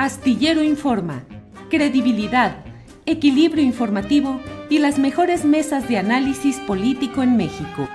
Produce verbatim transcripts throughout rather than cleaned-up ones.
Astillero Informa, credibilidad, equilibrio informativo y las mejores mesas de análisis político en México.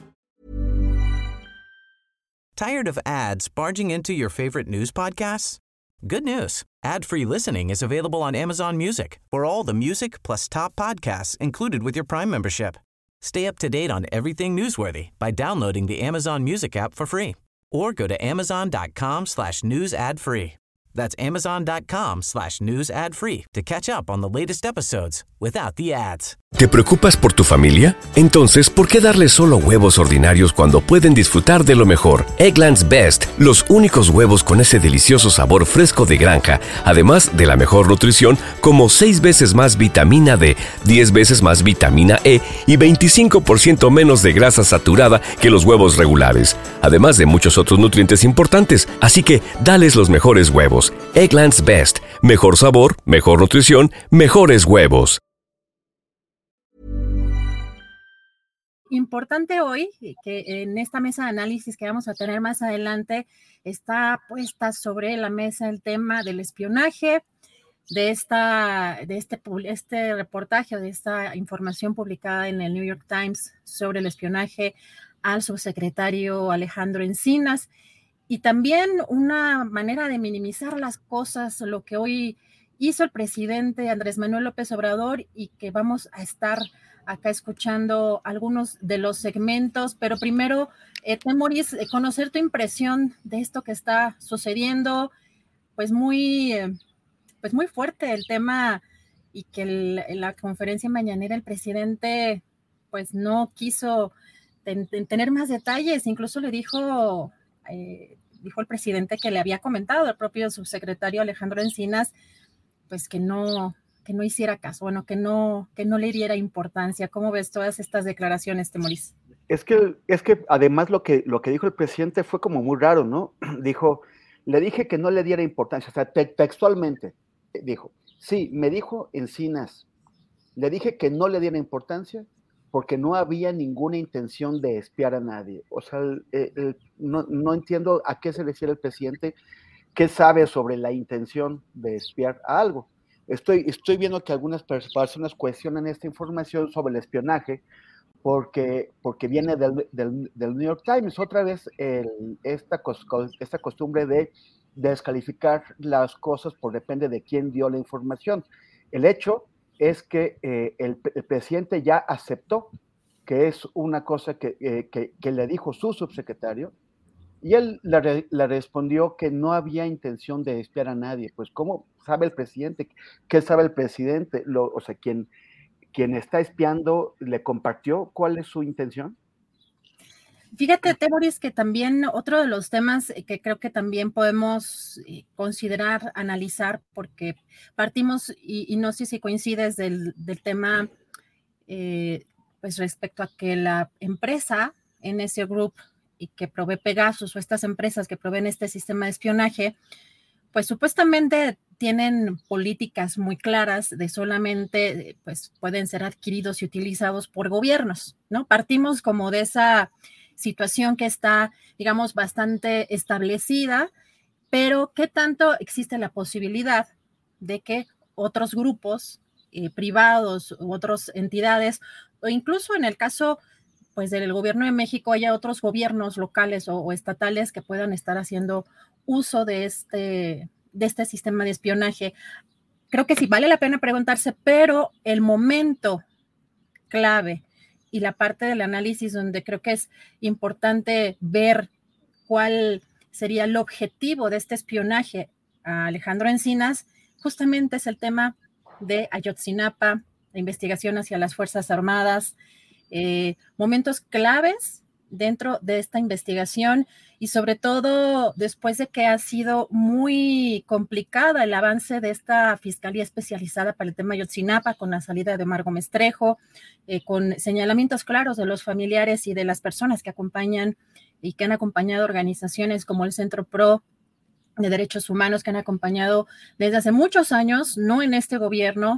Tired of ads barging into your favorite news podcasts? Good news. Ad-free listening is available on Amazon Music for all the music plus top podcasts included with your Prime membership. Stay up to date on everything newsworthy by downloading the Amazon Music app for free or go to amazon.com slash news ad free. That's amazon.com slash news ad free to catch up on the latest episodes without the ads. ¿Te preocupas por tu familia? Entonces, ¿por qué darles solo huevos ordinarios cuando pueden disfrutar de lo mejor? Eggland's Best, los únicos huevos con ese delicioso sabor fresco de granja, además de la mejor nutrición, como seis veces más vitamina D, diez veces más vitamina E y veinticinco por ciento menos de grasa saturada que los huevos regulares, además de muchos otros nutrientes importantes. Así que, dales los mejores huevos. Eggland's Best, mejor sabor, mejor nutrición, mejores huevos. Importante hoy que en esta mesa de análisis que vamos a tener más adelante está puesta sobre la mesa el tema del espionaje, de, esta, de este, este reportaje, de esta información publicada en el New York Times sobre el espionaje al subsecretario Alejandro Encinas, y también una manera de minimizar las cosas, lo que hoy hizo el presidente Andrés Manuel López Obrador, y que vamos a estar acá escuchando algunos de los segmentos, pero primero, eh, Temoris, eh, conocer tu impresión de esto que está sucediendo, pues muy, eh, pues muy fuerte el tema, y que el, en la conferencia mañanera el presidente pues no quiso ten, ten, tener más detalles, incluso le dijo, eh, dijo el presidente que le había comentado al propio subsecretario Alejandro Encinas, pues que no... que no hiciera caso, bueno, que no, que no le diera importancia. ¿Cómo ves todas estas declaraciones, Temoris? Es que, es que además lo que, lo que dijo el presidente fue como muy raro, ¿no? Dijo, le dije que no le diera importancia, o sea, te, textualmente dijo, sí, me dijo Encinas, le dije que no le diera importancia porque no había ninguna intención de espiar a nadie. O sea, eh, eh, no, no entiendo a qué se refiere el presidente, qué sabe sobre la intención de espiar a algo. Estoy, estoy viendo que algunas personas cuestionan esta información sobre el espionaje porque, porque viene del, del, del New York Times. Otra vez el, esta, esta costumbre de descalificar las cosas por depende de quién dio la información. El hecho es que eh, el, el presidente ya aceptó que es una cosa que, eh, que, que le dijo su subsecretario, y él le, le respondió que no había intención de espiar a nadie. Pues, ¿cómo sabe el presidente? ¿Qué sabe el presidente? Lo, o sea, quien, quien está espiando le compartió cuál es su intención. Fíjate, Temoris, que también otro de los temas que creo que también podemos considerar, analizar, porque partimos, y, y no sé si coincides del, del tema, eh, pues respecto a que la empresa N S O Group y que provee Pegasus, o estas empresas que proveen este sistema de espionaje, pues supuestamente tienen políticas muy claras de solamente, pues pueden ser adquiridos y utilizados por gobiernos, ¿no? Partimos como de esa situación que está, digamos, bastante establecida, pero ¿qué tanto existe la posibilidad de que otros grupos eh, privados u otras entidades, o incluso en el caso pues del gobierno de México, haya otros gobiernos locales o, o estatales que puedan estar haciendo uso de este, de este sistema de espionaje? Creo que sí vale la pena preguntarse, pero el momento clave y la parte del análisis donde creo que es importante ver cuál sería el objetivo de este espionaje a Alejandro Encinas, justamente es el tema de Ayotzinapa, la investigación hacia las Fuerzas Armadas, Eh, momentos claves dentro de esta investigación, y sobre todo después de que ha sido muy complicada el avance de esta Fiscalía Especializada para el tema de Ayotzinapa, con la salida de Omar Gómez Trejo, eh, con señalamientos claros de los familiares y de las personas que acompañan y que han acompañado organizaciones como el Centro Pro de Derechos Humanos, que han acompañado desde hace muchos años, no en este gobierno,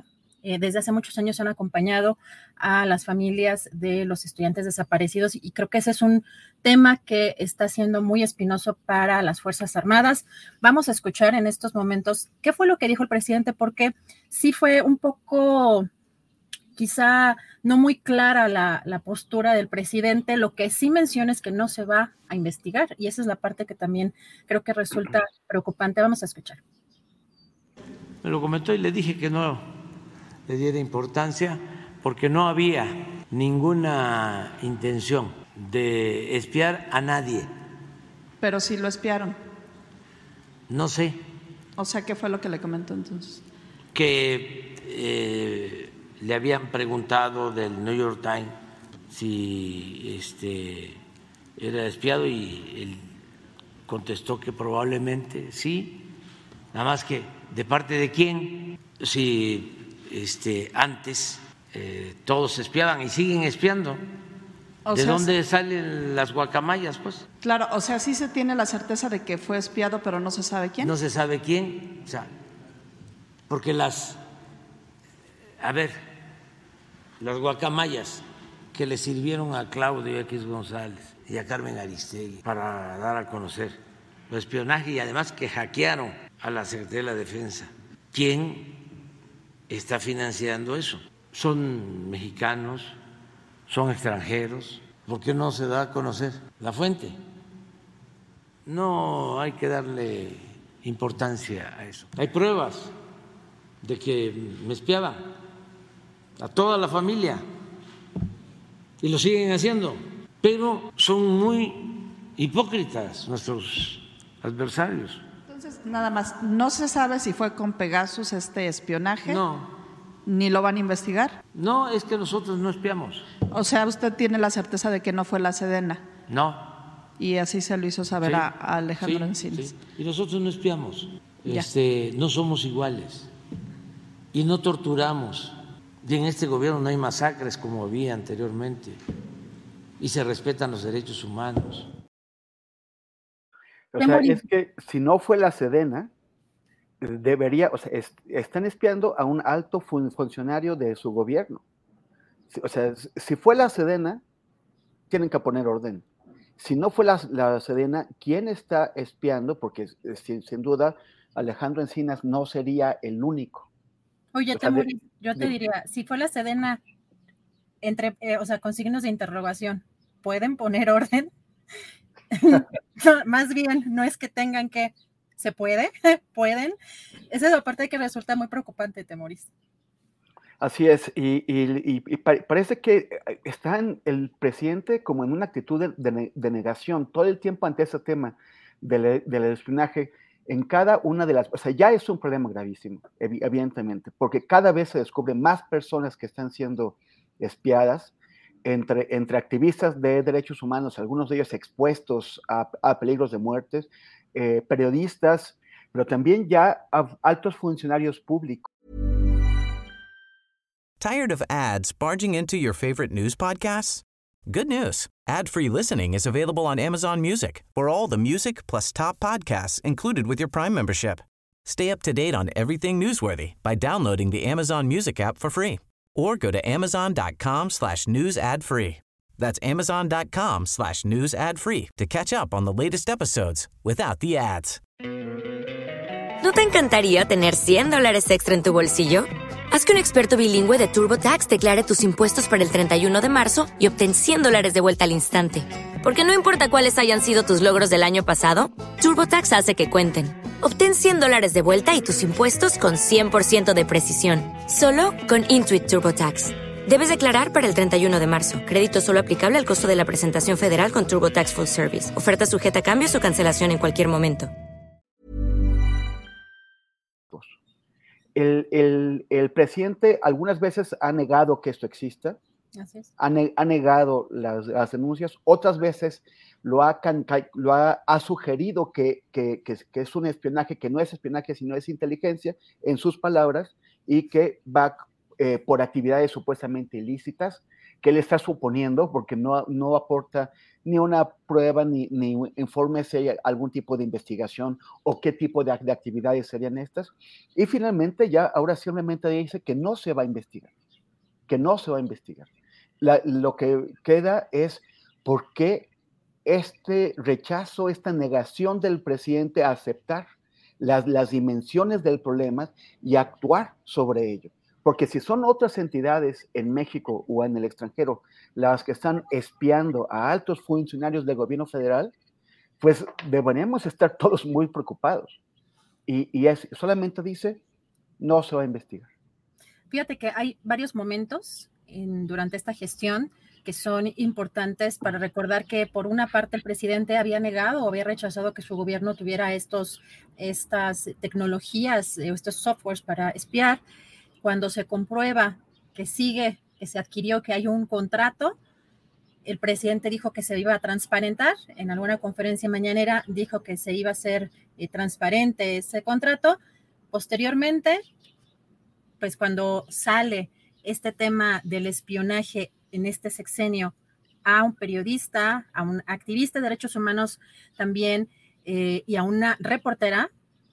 eh, desde hace muchos años han acompañado a las familias de los estudiantes desaparecidos y creo que ese es un tema que está siendo muy espinoso para las Fuerzas Armadas. Vamos a escuchar en estos momentos qué fue lo que dijo el presidente, porque sí fue un poco, quizá no muy clara la, la postura del presidente. Lo que sí menciona es que no se va a investigar y esa es la parte que también creo que resulta preocupante. Vamos a escuchar. Me lo comentó y le dije que no le diera importancia porque no había ninguna intención de espiar a nadie. Pero sí lo espiaron. No sé. O sea, ¿qué fue lo que le comentó entonces? Que eh, le habían preguntado del New York Times si este, era espiado y él contestó que probablemente sí, nada más que de parte de quién, si este, antes eh, todos espiaban y siguen espiando. O ¿De sea, dónde salen las guacamayas, pues? Claro, o sea, sí se tiene la certeza de que fue espiado, pero no se sabe quién. No se sabe quién, o sea, porque las, a ver, las guacamayas que le sirvieron a Claudio X González y a Carmen Aristegui para dar a conocer el espionaje y además que hackearon a la Secretaría de la Defensa. ¿Quién está financiando eso? ¿Son mexicanos? ¿Son extranjeros? ¿Por qué no se da a conocer la fuente? No hay que darle importancia a eso. Hay pruebas de que me espiaban a toda la familia y lo siguen haciendo, pero son muy hipócritas nuestros adversarios. Entonces, nada más, no se sabe si fue con Pegasus este espionaje. No. ¿Ni lo van a investigar? No, es que nosotros no espiamos. O sea, usted tiene la certeza de que no fue la Sedena. No. Y así se lo hizo saber Sí, a, a Alejandro sí, Encinas. sí. Y nosotros no espiamos. Ya. Este, no somos iguales. Y no torturamos. Y en este gobierno no hay masacres como había anteriormente. Y se respetan los derechos humanos. O sea, es que si no fue la Sedena, debería, o sea, es, están espiando a un alto fun, funcionario de su gobierno. Si, o sea, si fue la Sedena, tienen que poner orden. Si no fue la, la Sedena, ¿quién está espiando? Porque sin, sin duda Alejandro Encinas no sería el único. Oye, O sea, Temoris, de, yo te de, diría, si fue la Sedena, entre, eh, o sea, con signos de interrogación, ¿pueden poner orden? Más bien, no es que tengan que, ¿se puede? ¿Pueden? Esa es la parte que resulta muy preocupante, Temoris. Así es, y, y, y, y parece que está en el presidente como en una actitud de, de, de negación todo el tiempo ante ese tema del, del espionaje en cada una de las, o sea, ya es un problema gravísimo, evidentemente, porque cada vez se descubren más personas que están siendo espiadas entre, entre activistas de derechos humanos, algunos de ellos expuestos a, a peligros de muerte, eh, periodistas, pero también ya a altos funcionarios públicos. Tired of ads barging into your favorite news podcasts? Good news. Ad-free listening is available on Amazon Music for all the music plus top podcasts included with your Prime membership. Stay up to date on everything newsworthy by downloading the Amazon Music app for free or go to amazon.com slash news ad free. That's amazon.com slash news ad free to catch up on the latest episodes without the ads. ¿No te encantaría tener cien dólares extra en tu bolsillo? Haz que un experto bilingüe de TurboTax declare tus impuestos para el treinta y uno de marzo y obtén cien dólares de vuelta al instante. Porque no importa cuáles hayan sido tus logros del año pasado, TurboTax hace que cuenten. Obtén cien dólares de vuelta y tus impuestos con cien por ciento de precisión. Solo con Intuit TurboTax. Debes declarar para el treinta y uno de marzo. Crédito solo aplicable al costo de la presentación federal con TurboTax Full Service. Oferta sujeta a cambios o cancelación en cualquier momento. El, el, el presidente algunas veces ha negado que esto exista, Así es. ha, ne, ha negado las, las denuncias, otras veces lo ha, lo ha, ha sugerido que, que, que, que es un espionaje, que no es espionaje, sino es inteligencia, en sus palabras, y que va eh, por actividades supuestamente ilícitas. que él está suponiendo, porque no, no aporta ni una prueba ni, ni informe si hay algún tipo de investigación o qué tipo de, de actividades serían estas. Y finalmente ya ahora simplemente dice que no se va a investigar, que no se va a investigar. La, lo que queda es por qué este rechazo, esta negación del presidente a aceptar las, las dimensiones del problema y actuar sobre ello. Porque si son otras entidades en México o en el extranjero las que están espiando a altos funcionarios del gobierno federal, pues deberíamos estar todos muy preocupados. Y, y es, solamente dice, no se va a investigar. Fíjate que hay varios momentos en, durante esta gestión que son importantes para recordar que por una parte el presidente había negado o había rechazado que su gobierno tuviera estos, estas tecnologías, estos softwares para espiar. Cuando se comprueba que sigue, que se adquirió, que hay un contrato, el presidente dijo que se iba a transparentar. En alguna conferencia mañanera dijo que se iba a hacer eh, transparente ese contrato. Posteriormente, pues cuando sale este tema del espionaje en este sexenio a un periodista, a un activista de derechos humanos también eh, y a una reportera,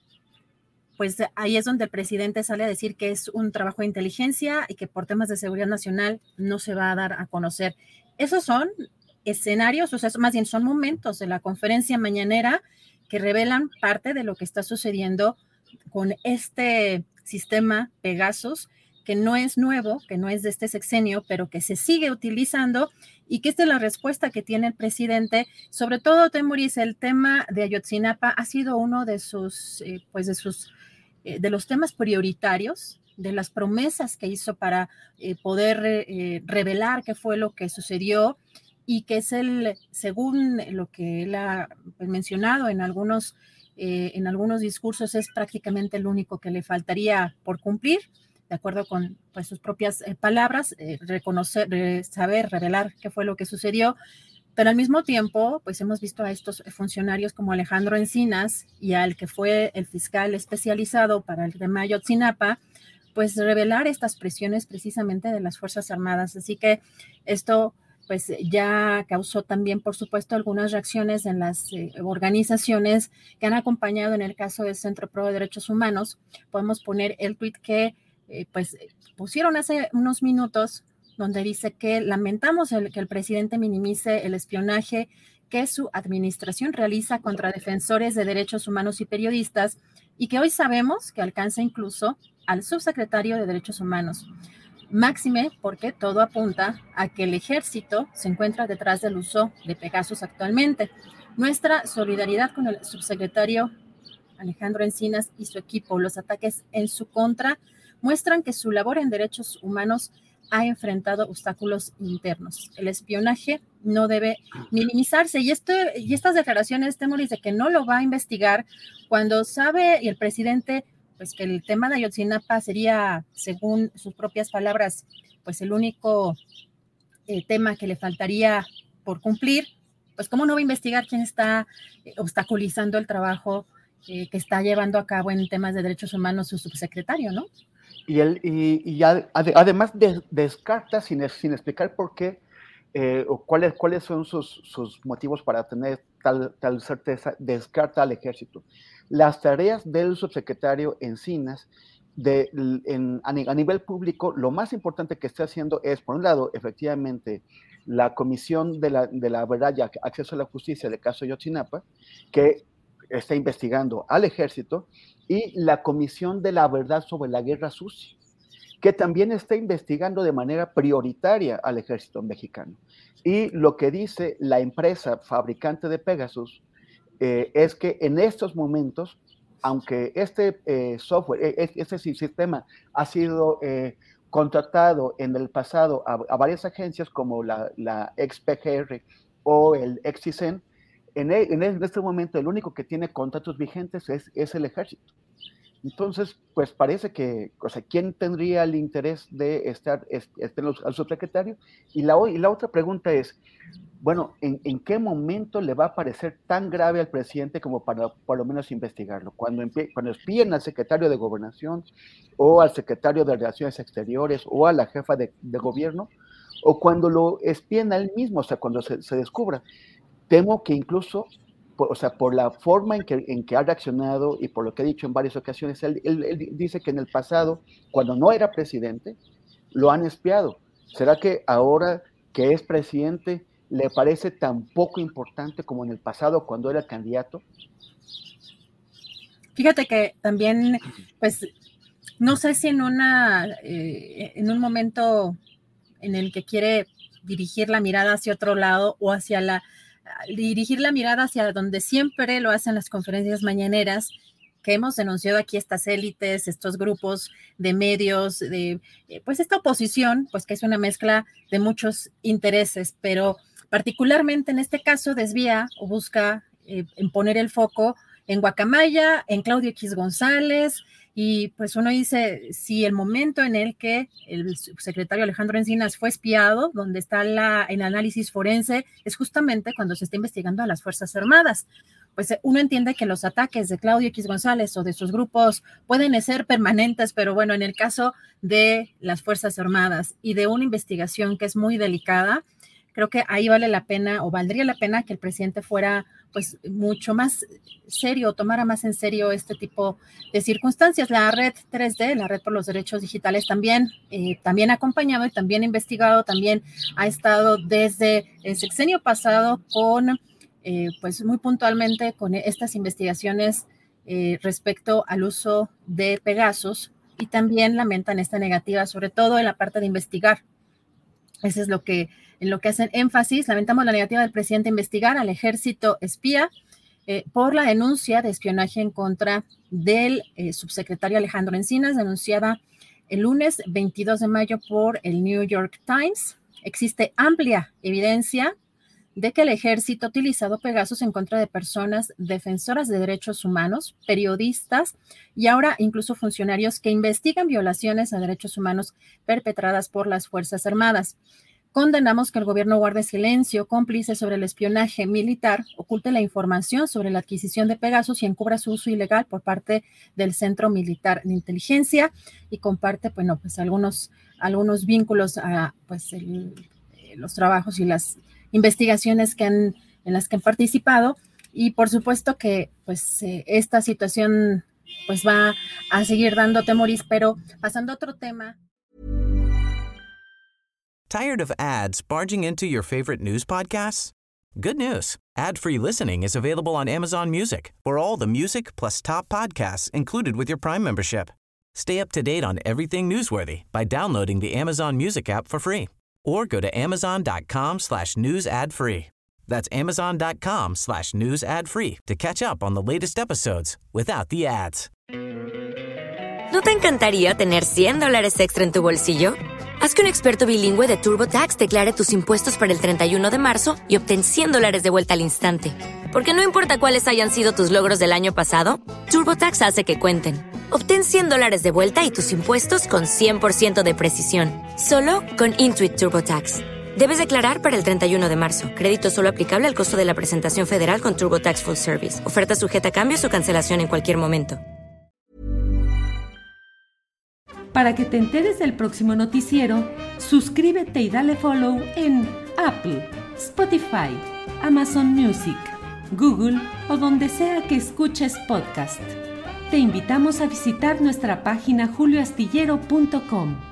pues ahí es donde el presidente sale a decir que es un trabajo de inteligencia y que por temas de seguridad nacional no se va a dar a conocer. Esos son escenarios, o sea, más bien son momentos de la conferencia mañanera que revelan parte de lo que está sucediendo con este sistema Pegasus, que no es nuevo, que no es de este sexenio, pero que se sigue utilizando y que esta es la respuesta que tiene el presidente. Sobre todo, Temoris, el tema de Ayotzinapa ha sido uno de sus, eh, pues de sus, eh, de los temas prioritarios, de las promesas que hizo para eh, poder eh, revelar qué fue lo que sucedió y que es el, según lo que él ha pues, mencionado en algunos, eh, en algunos discursos, es prácticamente el único que le faltaría por cumplir, de acuerdo con pues, sus propias eh, palabras, eh, reconocer, eh, saber, revelar qué fue lo que sucedió, pero al mismo tiempo, pues hemos visto a estos funcionarios como Alejandro Encinas y al que fue el fiscal especializado para el tema Ayotzinapa, pues revelar estas presiones precisamente de las Fuerzas Armadas. Así que esto pues ya causó también, por supuesto, algunas reacciones en las eh, organizaciones que han acompañado en el caso del Centro Pro de Derechos Humanos. Podemos poner el tuit que Eh, pues pusieron hace unos minutos, donde dice que lamentamos el, que el presidente minimice el espionaje que su administración realiza contra defensores de derechos humanos y periodistas y que hoy sabemos que alcanza incluso al subsecretario de Derechos Humanos. Máxime porque todo apunta a que el ejército se encuentra detrás del uso de Pegasus actualmente. Nuestra solidaridad con el subsecretario Alejandro Encinas y su equipo. Los ataques en su contra muestran que su labor en derechos humanos ha enfrentado obstáculos internos. El espionaje no debe minimizarse. Y, esto, y estas declaraciones, Temoris, de que no lo va a investigar cuando sabe y el presidente, pues que el tema de Ayotzinapa sería, según sus propias palabras, pues el único eh, tema que le faltaría por cumplir, pues cómo no va a investigar quién está eh, obstaculizando el trabajo eh, que está llevando a cabo en temas de derechos humanos su subsecretario, ¿no? Y, él, y, y ad, además de, descarta, sin, sin explicar por qué, eh, o cuáles, cuáles son sus, sus motivos para tener tal, tal certeza, descarta al ejército. Las tareas del subsecretario Encinas, de, en, a nivel público, lo más importante que está haciendo es, por un lado, efectivamente, la Comisión de la, de la Verdad y Acceso a la Justicia del caso Ayotzinapa, que está investigando al ejército, y la Comisión de la Verdad sobre la Guerra Sucia, que también está investigando de manera prioritaria al ejército mexicano. Y lo que dice la empresa fabricante de Pegasus eh, es que en estos momentos, aunque este eh, software, este sistema ha sido eh, contratado en el pasado a, a varias agencias como la, la ex P G R o el ex CISEN, En, el, en este momento el único que tiene contratos vigentes es, es el ejército. Entonces, pues parece que, o sea, ¿quién tendría el interés de estar, estar al subsecretario? Y la, y la otra pregunta es, bueno, ¿en, ¿en qué momento le va a parecer tan grave al presidente como para por lo menos investigarlo? Cuando, cuando espíen al secretario de Gobernación o al secretario de Relaciones Exteriores o a la jefa de, de gobierno, o cuando lo espíen a él mismo, o sea, cuando se, se descubra. Temo que incluso, por, o sea, por la forma en que, en que ha reaccionado y por lo que ha dicho en varias ocasiones, él, él, él dice que en el pasado, cuando no era presidente, lo han espiado. ¿Será que ahora que es presidente le parece tan poco importante como en el pasado cuando era candidato? Fíjate que también, pues, no sé si en una, eh, en un momento en el que quiere dirigir la mirada hacia otro lado o hacia la, dirigir la mirada hacia donde siempre lo hacen las conferencias mañaneras, que hemos denunciado aquí estas élites, estos grupos de medios, de, pues, esta oposición, pues, que es una mezcla de muchos intereses, pero particularmente en este caso desvía o busca eh, en poner el foco en Guacamaya, en Claudio X González, y pues uno dice, si el momento en el que el subsecretario Alejandro Encinas fue espiado, donde está la, el análisis forense, es justamente cuando se está investigando a las Fuerzas Armadas. Pues uno entiende que los ataques de Claudio X González o de sus grupos pueden ser permanentes, pero bueno, en el caso de las Fuerzas Armadas y de una investigación que es muy delicada, creo que ahí vale la pena o valdría la pena que el presidente fuera pues mucho más serio, tomara más en serio este tipo de circunstancias. La red tres D, la Red por los Derechos Digitales, también, eh, también ha acompañado y también ha investigado, también ha estado desde el sexenio pasado con, eh, pues muy puntualmente con estas investigaciones eh, respecto al uso de Pegasus, y también lamentan esta negativa, sobre todo en la parte de investigar. Eso es lo que, en lo que hacen énfasis. Lamentamos la negativa del presidente a investigar al ejército espía eh, por la denuncia de espionaje en contra del eh, subsecretario Alejandro Encinas, denunciada el lunes veintidós de mayo por el New York Times. Existe amplia evidencia de que el ejército ha utilizado Pegasus en contra de personas defensoras de derechos humanos, periodistas y ahora incluso funcionarios que investigan violaciones a derechos humanos perpetradas por las Fuerzas Armadas. Condenamos que el gobierno guarde silencio cómplice sobre el espionaje militar, oculte la información sobre la adquisición de Pegasus y encubra su uso ilegal por parte del Centro Militar de Inteligencia, y comparte, bueno, pues algunos, algunos vínculos a pues el, los trabajos y las investigaciones que han, en las que han participado, y por supuesto que pues eh, esta situación pues va a seguir dando temores. Pero pasando a otro tema. Tired of ads barging into your favorite news podcasts? Good news. Ad-free listening is available on Amazon Music for all the music plus top podcasts included with your Prime membership. Stay up to date on everything newsworthy by downloading the Amazon Music app for free or go to amazon.com slash news ad free. That's amazon.com slash news ad free to catch up on the latest episodes without the ads. ¿No te encantaría tener cien dólares extra en tu bolsillo? Haz que un experto bilingüe de TurboTax declare tus impuestos para el treinta y uno de marzo y obtén cien dólares de vuelta al instante. Porque no importa cuáles hayan sido tus logros del año pasado, TurboTax hace que cuenten. Obtén cien dólares de vuelta y tus impuestos con cien por ciento de precisión. Solo con Intuit TurboTax. Debes declarar para el treinta y uno de marzo. Crédito solo aplicable al costo de la presentación federal con TurboTax Full Service. Oferta sujeta a cambios o cancelación en cualquier momento. Para que te enteres del próximo noticiero, suscríbete y dale follow en Apple, Spotify, Amazon Music, Google o donde sea que escuches podcast. Te invitamos a visitar nuestra página julio astillero punto com.